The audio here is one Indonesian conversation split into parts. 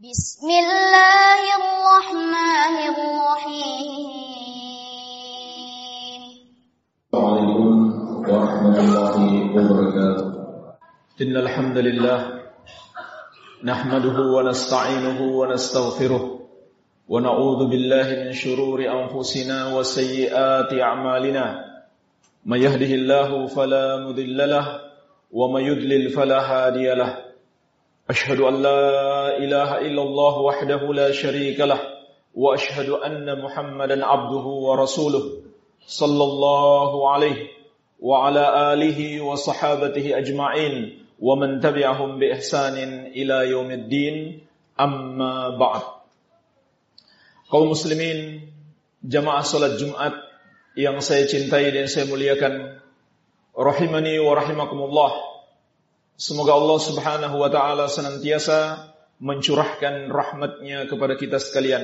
Bismillahirrahmanirrahim. Assalamualaikum warahmatullahi wabarakatuh. Innal hamdalillah nahmaduhu wa nasta'inuhu wa nastaghfiruh wa na'udzu billahi min shururi anfusina wa sayyiati a'malina. May yahdihillahu fala mudilla lahu wa may yudlil fala hadiya lahu. Ashhadu an la ilaha illallah wahdahu la syarika lah wa ashhadu anna Muhammadan abduhu wa rasuluh sallallahu alaihi wa ala alihi wa sahabatihi ajma'in wa man tabi'ahum bi ihsanin ila yaumiddin, amma ba'd. Kaum muslimin, jamaah salat Jumat yang saya cintai dan saya muliakan, rahimani wa rahimakumullah. Semoga Allah subhanahu wa ta'ala senantiasa mencurahkan rahmatnya kepada kita sekalian.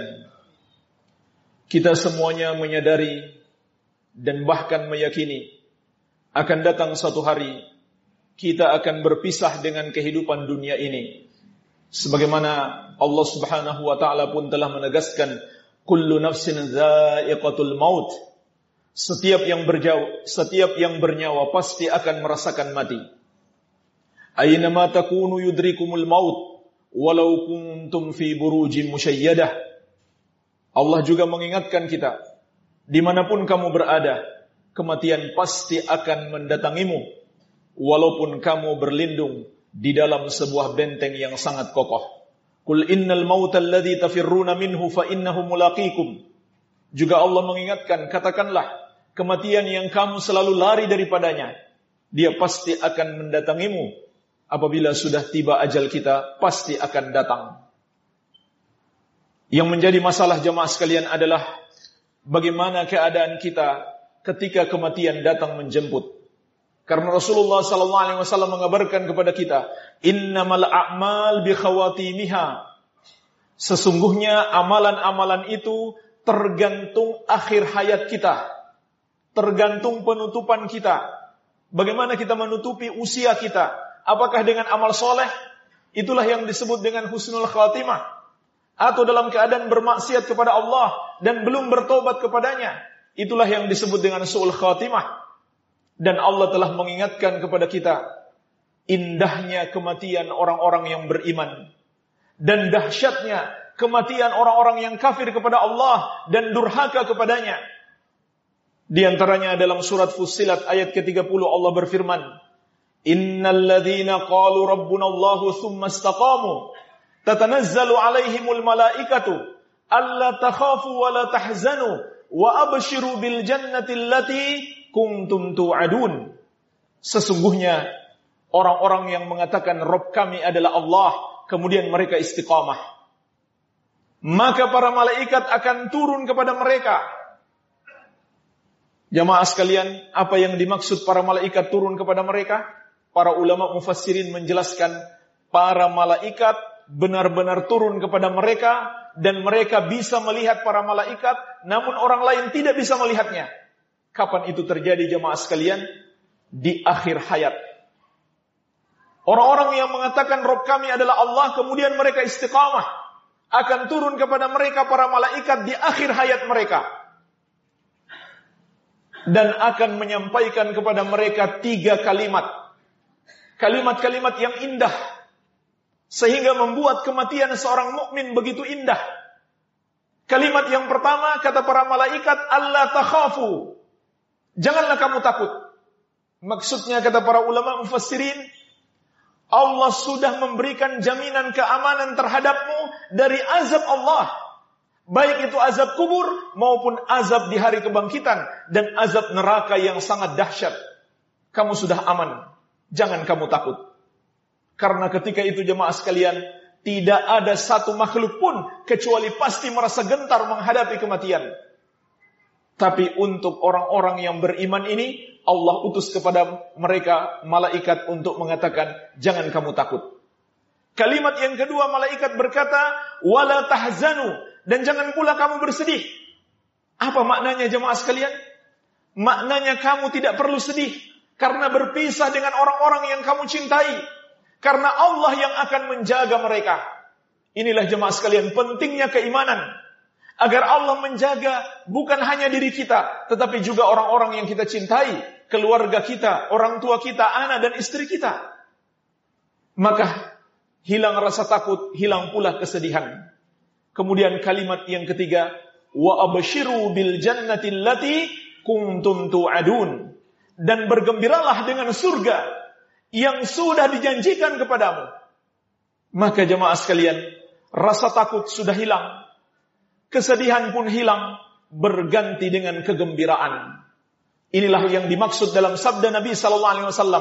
Kita semuanya menyadari dan bahkan meyakini akan datang satu hari kita akan berpisah dengan kehidupan dunia ini. Sebagaimana Allah subhanahu wa ta'ala pun telah menegaskan, kullu nafsin dha'iqatul maut. Setiap yang bernyawa pasti akan merasakan mati. Aynama takunu yudrikumul maut walau kuntum fi burujin musyayyadah. Allah juga mengingatkan kita, dimanapun kamu berada, kematian pasti akan mendatangimu, walaupun kamu berlindung di dalam sebuah benteng yang sangat kokoh. Qul innal mauta alladhi tafirruna minhu fa innahu mulaqikum. Juga Allah mengingatkan, katakanlah, kematian yang kamu selalu lari daripadanya, dia pasti akan mendatangimu. Apabila sudah tiba ajal kita, pasti akan datang. Yang menjadi masalah jamaah sekalian adalah bagaimana keadaan kita ketika kematian datang menjemput. Karena Rasulullah SAW mengabarkan kepada kita, innamal a'mal bi khawatimiha. Sesungguhnya amalan-amalan itu tergantung akhir hayat kita, tergantung penutupan kita. Bagaimana kita menutupi usia kita? Apakah dengan amal soleh? Itulah yang disebut dengan husnul khatimah. Atau dalam keadaan bermaksiat kepada Allah dan belum bertobat kepadanya, itulah yang disebut dengan su'ul khatimah. Dan Allah telah mengingatkan kepada kita indahnya kematian orang-orang yang beriman dan dahsyatnya kematian orang-orang yang kafir kepada Allah dan durhaka kepadanya. Di antaranya dalam surat Fussilat ayat ke-30 Allah berfirman, innal ladzina qalu rabbuna Allahu tsumma istaqamu tatanazzalu alaihimul malaikatu alla takhafu wa la tahzanu wa abshiru bil jannati allati kuntum tu'adun. Sesungguhnya orang-orang yang mengatakan Rabb kami adalah Allah, kemudian mereka istiqamah, maka para malaikat akan turun kepada mereka. Jamaah sekalian, apa yang dimaksud para malaikat turun kepada mereka? Para ulama mufassirin menjelaskan, para malaikat benar-benar turun kepada mereka dan mereka bisa melihat para malaikat, namun orang lain tidak bisa melihatnya. Kapan itu terjadi jamaah sekalian? Di akhir hayat. Orang-orang yang mengatakan Rabb kami adalah Allah, kemudian mereka istiqamah, akan turun kepada mereka para malaikat di akhir hayat mereka dan akan menyampaikan kepada mereka 3 kalimat. Kalimat-kalimat yang indah, sehingga membuat kematian seorang mukmin begitu indah. Kalimat yang pertama, kata para malaikat, alla takhafu. Janganlah kamu takut. Maksudnya kata para ulama mufassirin, Allah sudah memberikan jaminan keamanan terhadapmu dari azab Allah. Baik itu azab kubur maupun azab di hari kebangkitan dan azab neraka yang sangat dahsyat. Kamu sudah aman. Jangan kamu takut. Karena ketika itu jemaah sekalian, tidak ada satu makhluk pun kecuali pasti merasa gentar menghadapi kematian. Tapi untuk orang-orang yang beriman ini, Allah utus kepada mereka malaikat untuk mengatakan, jangan kamu takut. Kalimat yang kedua, malaikat berkata, wala tahzanu, dan jangan pula kamu bersedih. Apa maknanya jemaah sekalian? Maknanya kamu tidak perlu sedih karena berpisah dengan orang-orang yang kamu cintai. Karena Allah yang akan menjaga mereka. Inilah jemaah sekalian pentingnya keimanan. Agar Allah menjaga bukan hanya diri kita, tetapi juga orang-orang yang kita cintai, keluarga kita, orang tua kita, anak dan istri kita. Maka hilang rasa takut, hilang pula kesedihan. Kemudian kalimat yang ketiga, wa abshiru bil jannati allati kuntum tu'adun. Dan bergembiralah dengan surga yang sudah dijanjikan kepadamu. Maka jemaah sekalian, rasa takut sudah hilang, kesedihan pun hilang, berganti dengan kegembiraan. Inilah yang dimaksud dalam sabda Nabi sallallahu alaihi wasallam.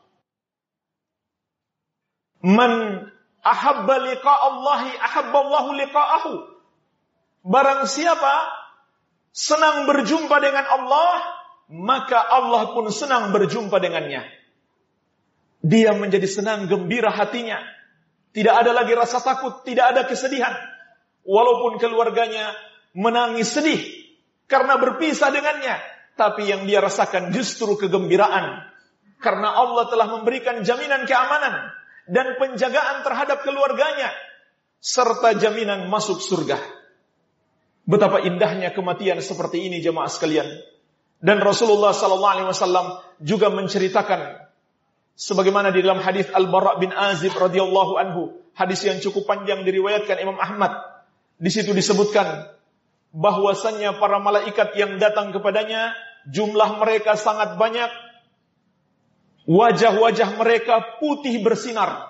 Man ahabba liqa'allahi ahabballahu liqa'ahu. Barang siapa senang berjumpa dengan Allah, maka Allah pun senang berjumpa dengannya. Dia menjadi senang, gembira hatinya. Tidak ada lagi rasa takut, tidak ada kesedihan. Walaupun keluarganya menangis sedih karena berpisah dengannya, tapi yang dia rasakan justru kegembiraan. Karena Allah telah memberikan jaminan keamanan dan penjagaan terhadap keluarganya, serta jaminan masuk surga. Betapa indahnya kematian seperti ini jemaah sekalian. Dan Rasulullah SAW juga menceritakan, sebagaimana di dalam hadis Al-Bara' bin Azib radhiyallahu anhu, hadis yang cukup panjang diriwayatkan Imam Ahmad. Di situ disebutkan bahwasannya para malaikat yang datang kepadanya, jumlah mereka sangat banyak. Wajah-wajah mereka putih bersinar.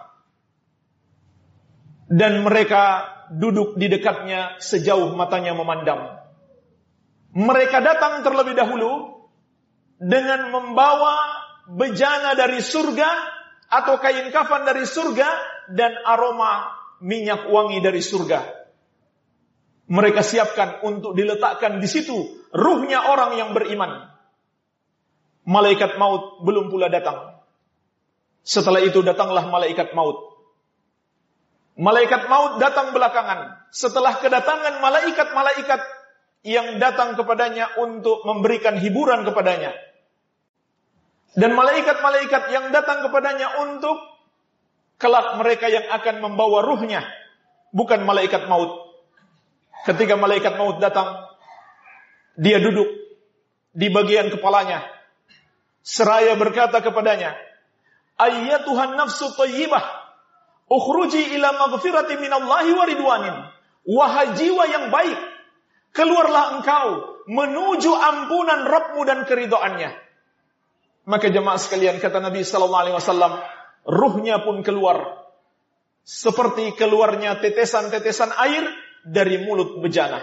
Dan mereka duduk di dekatnya sejauh matanya memandang. Mereka datang terlebih dahulu dengan membawa bejana dari surga atau kain kafan dari surga dan aroma minyak wangi dari surga. Mereka siapkan untuk diletakkan di situ ruhnya orang yang beriman. Malaikat maut belum pula datang. Setelah itu datanglah malaikat maut. Malaikat maut datang belakangan. Setelah kedatangan malaikat-malaikat yang datang kepadanya untuk memberikan hiburan kepadanya. Dan malaikat-malaikat yang datang kepadanya untuk kelak mereka yang akan membawa ruhnya. Bukan malaikat maut. Ketika malaikat maut datang, dia duduk di bagian kepalanya. Seraya berkata kepadanya, Ayyatuhan nafsu tayyibah, ukhruji ila maghfirati minallahi wa ridwanin. Wahai jiwa yang baik, keluarlah engkau menuju ampunan Rabbmu dan keridhaannya. Maka jemaah sekalian, kata Nabi sallallahu alaihi wasallam, ruhnya pun keluar seperti keluarnya tetesan-tetesan air dari mulut bejana.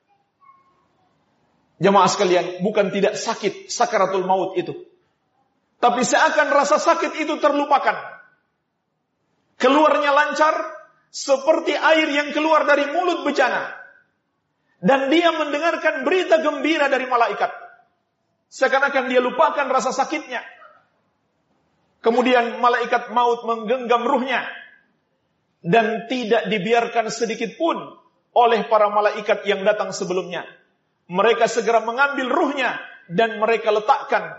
Jemaah sekalian, bukan tidak sakit sakaratul maut itu, tapi seakan rasa sakit itu terlupakan. Keluarnya lancar seperti air yang keluar dari mulut bejana. Dan dia mendengarkan berita gembira dari malaikat. Seakan-akan dia lupakan rasa sakitnya. Kemudian malaikat maut menggenggam ruhnya. Dan tidak dibiarkan sedikit pun oleh para malaikat yang datang sebelumnya. Mereka segera mengambil ruhnya dan mereka letakkan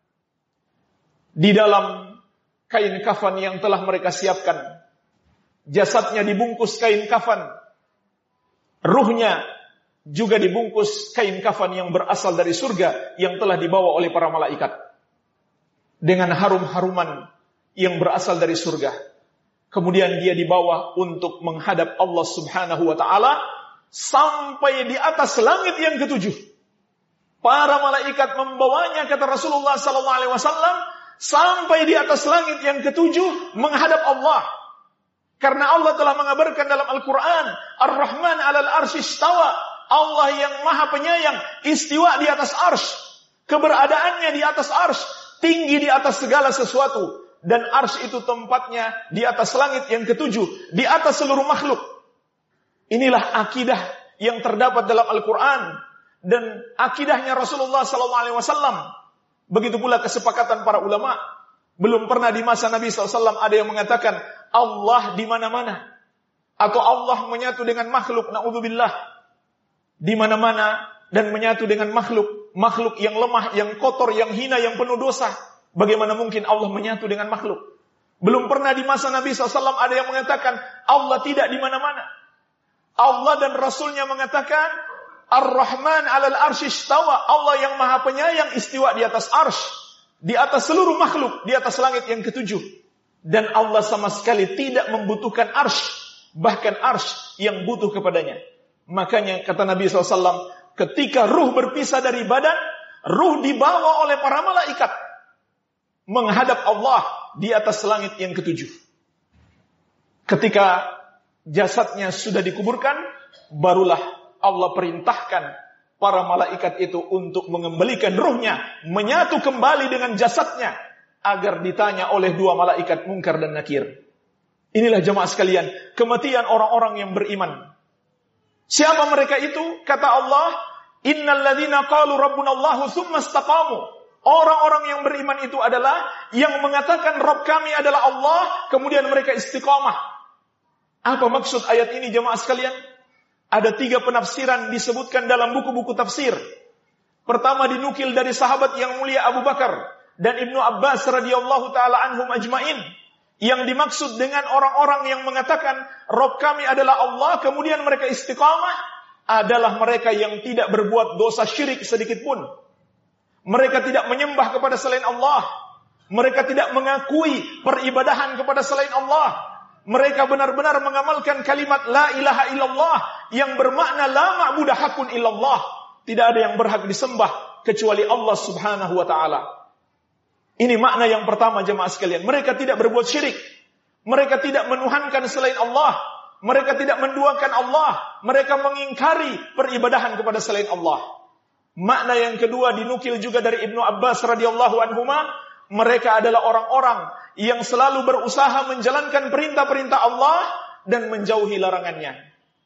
di dalam kain kafan yang telah mereka siapkan. Jasadnya dibungkus kain kafan. Ruhnya juga dibungkus kain kafan yang berasal dari surga yang telah dibawa oleh para malaikat. Dengan harum-haruman yang berasal dari surga. Kemudian dia dibawa untuk menghadap Allah Subhanahu wa ta'ala sampai di atas langit yang ketujuh. Para malaikat membawanya, kata Rasulullah sallallahu alaihi wasallam, sampai di atas langit yang ketujuh menghadap Allah. Karena Allah telah mengabarkan dalam Al-Quran, Ar-Rahman 'alal arsy istawa. Allah yang maha penyayang istiwa di atas arsy. Keberadaannya di atas arsy, tinggi di atas segala sesuatu. Dan arsy itu tempatnya di atas langit yang ketujuh, di atas seluruh makhluk. Inilah akidah yang terdapat dalam Al-Quran dan akidahnya Rasulullah SAW. Begitu pula kesepakatan para ulama. Belum pernah di masa Nabi SAW ada yang mengatakan Allah di mana-mana atau Allah menyatu dengan makhluk. Na'udzubillah, di mana-mana dan menyatu dengan makhluk yang lemah, yang kotor, yang hina, yang penuh dosa. Bagaimana mungkin Allah menyatu dengan makhluk? Belum pernah di masa Nabi SAW ada yang mengatakan Allah tidak di mana-mana. Allah dan Rasulnya mengatakan, Ar-Rahman 'alal arsy istawa. Allah yang Maha Penyayang istiwa di atas arsy, di atas seluruh makhluk, di atas langit yang ketujuh. Dan Allah sama sekali tidak membutuhkan arsy, bahkan arsy yang butuh kepadanya. Makanya kata Nabi SAW, ketika ruh berpisah dari badan, ruh dibawa oleh para malaikat menghadap Allah di atas langit yang ketujuh. Ketika jasadnya sudah dikuburkan, barulah Allah perintahkan para malaikat itu untuk mengembalikan ruhnya, menyatu kembali dengan jasadnya, agar ditanya oleh dua malaikat Munkar dan Nakir. Inilah jemaah sekalian, kematian orang-orang yang beriman. Siapa mereka itu? Kata Allah, Innal ladzina qalu rabbunallahu tsumma istaqamu. Orang-orang yang beriman itu adalah yang mengatakan Rabb kami adalah Allah, kemudian mereka istiqamah. Apa maksud ayat ini jemaah sekalian? Ada 3 penafsiran disebutkan dalam buku-buku tafsir. Pertama dinukil dari sahabat yang mulia Abu Bakar dan Ibnu Abbas radhiyallahu taala anhum ajmain. Yang dimaksud dengan orang-orang yang mengatakan Rabb kami adalah Allah, kemudian mereka istiqamah, adalah mereka yang tidak berbuat dosa syirik sedikit pun. Mereka tidak menyembah kepada selain Allah. Mereka tidak mengakui peribadahan kepada selain Allah. Mereka benar-benar mengamalkan kalimat la ilaha illallah yang bermakna la ma'budu haqqun illallah. Tidak ada yang berhak disembah kecuali Allah Subhanahu wa taala. Ini makna yang pertama jemaah sekalian. Mereka tidak berbuat syirik. Mereka tidak menuhankan selain Allah. Mereka tidak menduakan Allah. Mereka mengingkari peribadahan kepada selain Allah. Makna yang kedua dinukil juga dari Ibnu Abbas radhiyallahu anhuma. Mereka adalah orang-orang yang selalu berusaha menjalankan perintah-perintah Allah dan menjauhi larangannya.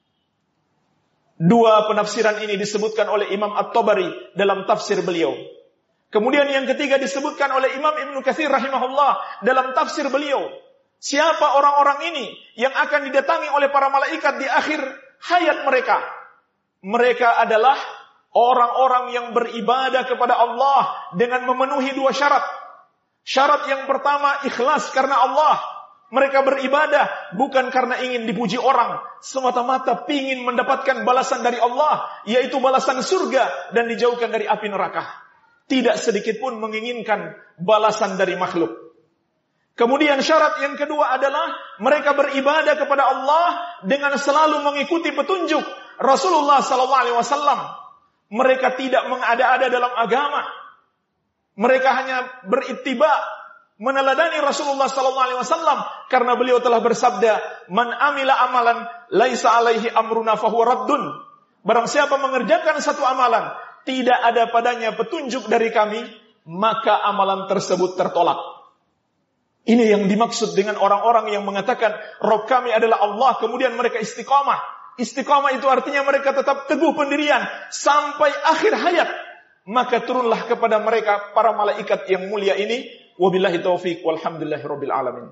2 penafsiran ini disebutkan oleh Imam At-Tabari dalam tafsir beliau. Kemudian yang ketiga disebutkan oleh Imam Ibnu Katsir rahimahullah dalam tafsir beliau. Siapa orang-orang ini yang akan didatangi oleh para malaikat di akhir hayat mereka? Mereka adalah orang-orang yang beribadah kepada Allah dengan memenuhi 2 syarat. Syarat yang pertama, ikhlas karena Allah. Mereka beribadah bukan karena ingin dipuji orang, semata-mata ingin mendapatkan balasan dari Allah, yaitu balasan surga dan dijauhkan dari api neraka. Tidak sedikit pun menginginkan balasan dari makhluk. Kemudian syarat yang kedua adalah mereka beribadah kepada Allah dengan selalu mengikuti petunjuk Rasulullah SAW. Mereka tidak mengada-ada dalam agama. Mereka hanya berittiba, meneladani Rasulullah SAW karena beliau telah bersabda, "Man amila amalan laisa alaihi amruna fahuwa raddun." Barang siapa mengerjakan satu amalan, tidak ada padanya petunjuk dari kami, maka amalan tersebut tertolak. Ini yang dimaksud dengan orang-orang yang mengatakan Rabb kami adalah Allah, kemudian mereka istiqamah. Istiqamah itu artinya mereka tetap teguh pendirian sampai akhir hayat. Maka turunlah kepada mereka para malaikat yang mulia ini. Wabillahi taufiq walhamdulillahi rabbil alamin.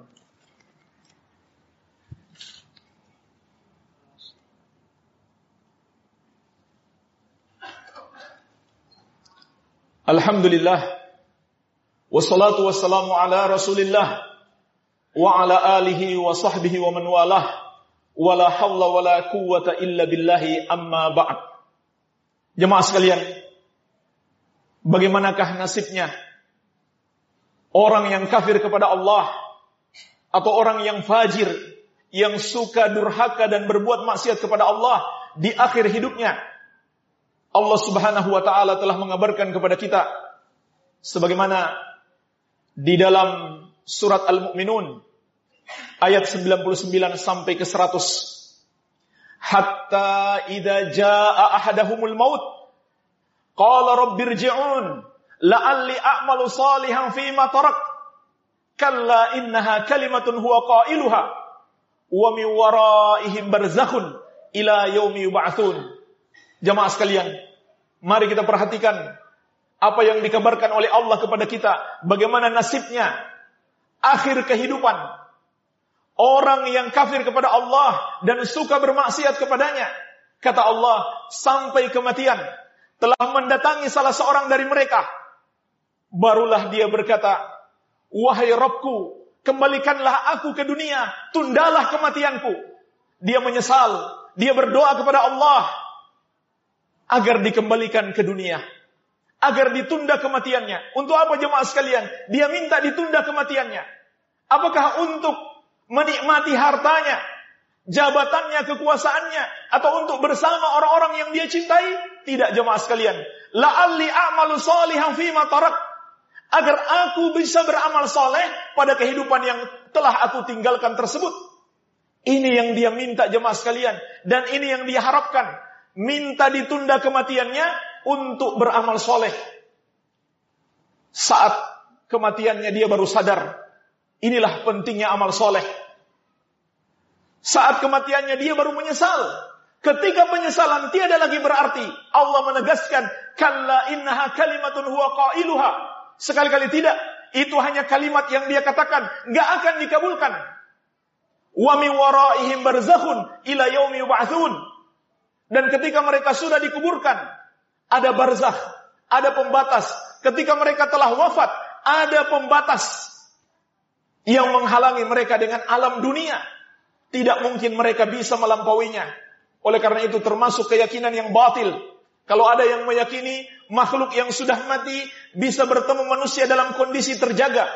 Alhamdulillah. Wassalatu wassalamu ala Rasulillah wa ala alihi wa sahbihi wa man walah. Wala hawla wala quwwata illa billahi amma ba'd. Jemaah sekalian, bagaimanakah nasibnya orang yang kafir kepada Allah atau orang yang fajir, yang suka durhaka dan berbuat maksiat kepada Allah di akhir hidupnya? Allah Subhanahu wa taala telah mengabarkan kepada kita sebagaimana di dalam surat Al-Mu'minun ayat 99 sampai ke 100. Hatta idza jaa ahadahumul maut qala rabbirji'un la'alli a'malu salihan fima tarak kalla innaha kalimatun huwa qailuha wa min waraihim barzakhun ila yaumi yub'atsun. Jamaah sekalian, mari kita perhatikan apa yang dikabarkan oleh Allah kepada kita, bagaimana nasibnya akhir kehidupan orang yang kafir kepada Allah dan suka bermaksiat kepadanya. Kata Allah, sampai kematian telah mendatangi salah seorang dari mereka. Barulah dia berkata, wahai Rabbku, kembalikanlah aku ke dunia, tundalah kematianku. Dia menyesal dia berdoa kepada Allah agar dikembalikan ke dunia, agar ditunda kematiannya. Untuk apa jemaah sekalian? Dia minta ditunda kematiannya. Apakah untuk menikmati hartanya, jabatannya, kekuasaannya, atau untuk bersama orang-orang yang dia cintai? Tidak jemaah sekalian. La'alli a'malu shalihan fima tarak, agar aku bisa beramal soleh pada kehidupan yang telah aku tinggalkan tersebut. Ini yang dia minta jemaah sekalian, dan ini yang dia harapkan. Minta ditunda kematiannya untuk beramal soleh. Saat kematiannya dia baru sadar, inilah pentingnya amal soleh. Saat kematiannya dia baru menyesal. Ketika penyesalan tiada lagi berarti, Allah menegaskan, kalla innaha kalimatun huwa qailuha. Sekali-kali tidak, itu hanya kalimat yang dia katakan, enggak akan dikabulkan. Wa min waraihim barzakhun ila yaumi yub'atsun. Dan ketika mereka sudah dikuburkan, ada barzakh, ada pembatas. Ketika mereka telah wafat, ada pembatas yang menghalangi mereka dengan alam dunia. Tidak mungkin mereka bisa melampauinya. Oleh karena itu termasuk keyakinan yang batil. Kalau ada yang meyakini makhluk yang sudah mati bisa bertemu manusia dalam kondisi terjaga.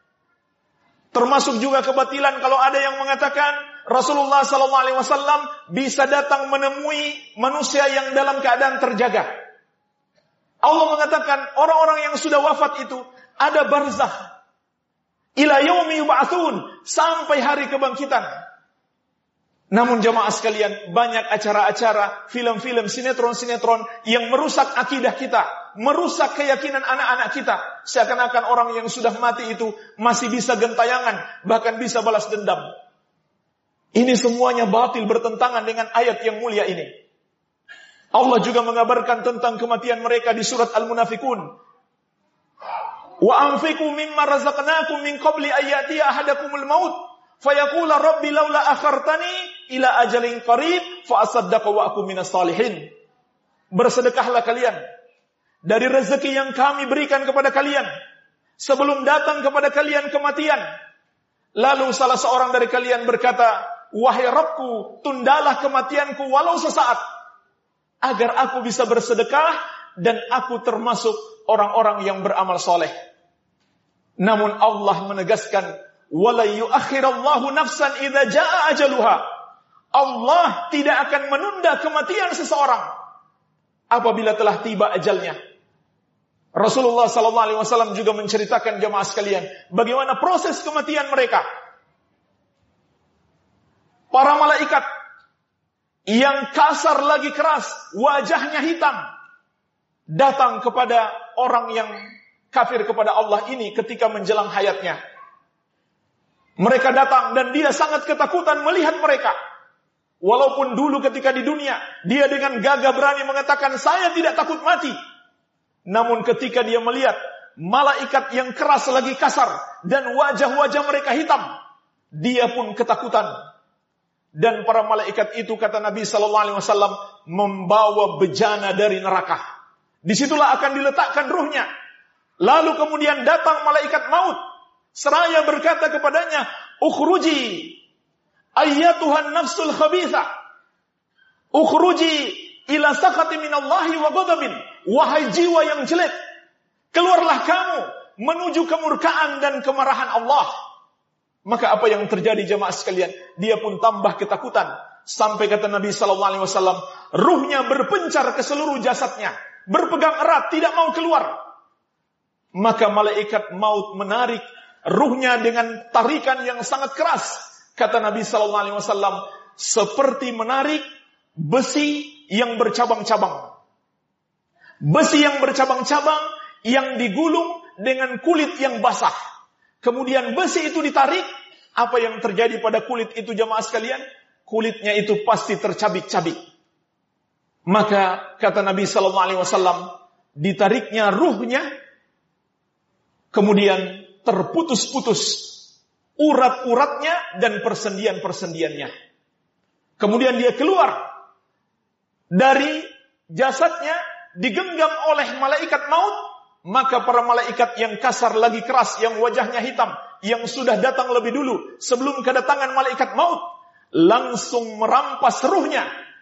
Termasuk juga kebatilan kalau ada yang mengatakan Rasulullah SAW bisa datang menemui manusia yang dalam keadaan terjaga. Allah mengatakan orang-orang yang sudah wafat itu ada barzakh ila yaumi yub'atsun, sampai hari kebangkitan. Namun jemaah sekalian, banyak acara-acara, film-film, sinetron-sinetron yang merusak akidah kita, merusak keyakinan anak-anak kita. Seakan-akan orang yang sudah mati itu masih bisa gentayangan, bahkan bisa balas dendam. Ini semuanya batil, bertentangan dengan ayat yang mulia ini. Allah juga mengabarkan tentang kematian mereka di surat Al-Munafikun. Wa anfiqu mimma razaqnakum min qabli ayyatiya ahadakumul maut fayaqula rabbi laula akhartani ila ajalin qarib fa asaddaqa wa akum minas salihin. Bersedekahlah kalian dari rezeki yang kami berikan kepada kalian sebelum datang kepada kalian kematian. Lalu salah seorang dari kalian berkata, wahai Rabbku, tundalah kematianku walau sesaat, agar aku bisa bersedekah dan aku termasuk orang-orang yang beramal soleh. Namun Allah menegaskan, wala yuakhirallahu nafsan idza jaa ajaluha. Allah tidak akan menunda kematian seseorang apabila telah tiba ajalnya. Rasulullah SAW juga menceritakan jemaah sekalian bagaimana proses kematian mereka. Para malaikat yang kasar lagi keras, wajahnya hitam, datang kepada orang yang kafir kepada Allah ini ketika menjelang hayatnya. Mereka datang dan dia sangat ketakutan melihat mereka. Walaupun dulu ketika di dunia, dia dengan gagah berani mengatakan, saya tidak takut mati. Namun ketika dia melihat malaikat yang keras lagi kasar dan wajah-wajah mereka hitam, dia pun ketakutan. Dan para malaikat itu, kata Nabi SAW, membawa bejana dari neraka. Disitulah akan diletakkan ruhnya. Lalu kemudian datang malaikat maut, seraya berkata kepadanya, ukhruji ayyatuhan nafsul khabithah, ukhruji ila sakhati minallahi wa ghadabin. Wahai jiwa yang jelek, keluarlah kamu menuju kemurkaan dan kemarahan Allah. Maka apa yang terjadi jemaah sekalian? Dia pun tambah ketakutan. Sampai kata Nabi SAW, ruhnya berpencar ke seluruh jasadnya, berpegang erat, tidak mau keluar. Maka malaikat maut menarik ruhnya dengan tarikan yang sangat keras. Kata Nabi SAW, seperti menarik besi yang bercabang-cabang. Besi yang bercabang-cabang yang digulung dengan kulit yang basah. Kemudian besi itu ditarik. Apa yang terjadi pada kulit itu jemaah sekalian? Kulitnya itu pasti tercabik-cabik. Maka kata Nabi SAW, ditariknya ruhnya, kemudian terputus-putus urat-uratnya dan persendian-persendiannya. Kemudian dia keluar dari jasadnya, digenggam oleh malaikat maut. Maka para malaikat yang kasar lagi keras, yang wajahnya hitam, yang sudah datang lebih dulu sebelum kedatangan malaikat maut, langsung merampas ruhnya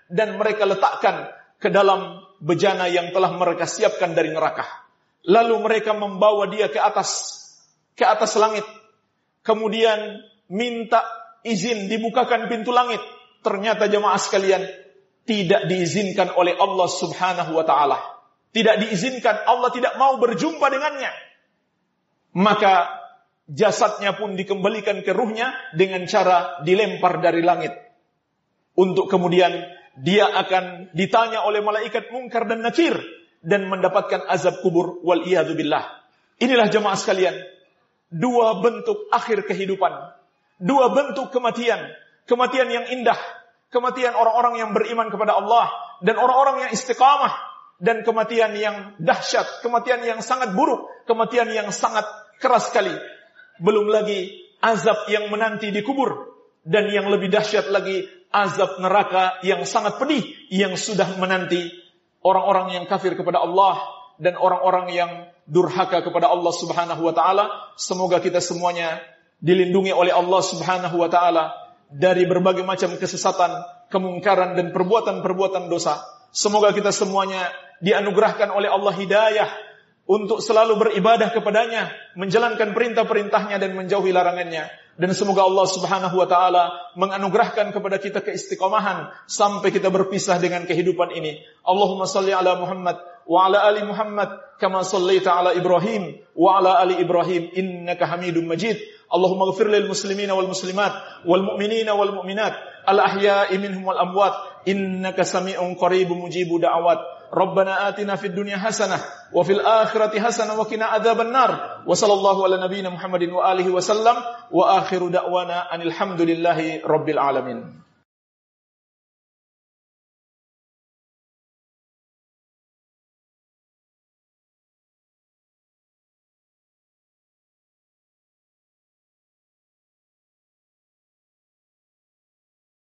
dan mereka letakkan ke dalam bejana yang telah mereka siapkan dari neraka. Lalu mereka membawa dia ke atas langit. Kemudian minta izin dibukakan pintu langit. Ternyata jemaah sekalian, tidak diizinkan oleh Allah Subhanahu wa ta'ala. Tidak diizinkan, Allah tidak mau berjumpa dengannya. Maka jasadnya pun dikembalikan ke ruhnya dengan cara dilempar dari langit. Untuk kemudian dia akan ditanya oleh malaikat Munkar dan Nakir dan mendapatkan azab kubur wal iyadu billah. Inilah jemaah sekalian, dua bentuk akhir kehidupan, dua bentuk kematian. Kematian yang indah, kematian orang-orang yang beriman kepada Allah dan orang-orang yang istiqamah, dan kematian yang dahsyat, kematian yang sangat buruk, kematian yang sangat keras sekali. Belum lagi azab yang menanti di kubur, dan yang lebih dahsyat lagi azab neraka yang sangat pedih yang sudah menanti orang-orang yang kafir kepada Allah dan orang-orang yang durhaka kepada Allah Subhanahu wa ta'ala. Semoga kita semuanya dilindungi oleh Allah Subhanahu wa ta'ala dari berbagai macam kesesatan, kemungkaran dan perbuatan-perbuatan dosa. Semoga kita semuanya dianugerahkan oleh Allah hidayah untuk selalu beribadah kepadanya, menjalankan perintah-perintahnya dan menjauhi larangannya. Dan semoga Allah Subhanahu wa ta'ala menganugerahkan kepada kita keistiqomahan sampai kita berpisah dengan kehidupan ini. Allahumma salli ala Muhammad wa ala ali Muhammad kama sallaita ala Ibrahim wa ala ali Ibrahim innaka Hamidum Majid. Allahumma ghfir lil muslimina wal muslimat wal mu'minina wal mu'minat al ahya'i minhum wal amwat innaka sami'un qaribun mujibud da'awat. Rabbana atina fid dunya hasanah wa fil akhirati hasanah wa qina adzaban nar. Wa sallallahu ala nabiyyina Muhammadin wa alihi wa sallam wa akhiru da'wana anil hamdulillahi rabbil alamin.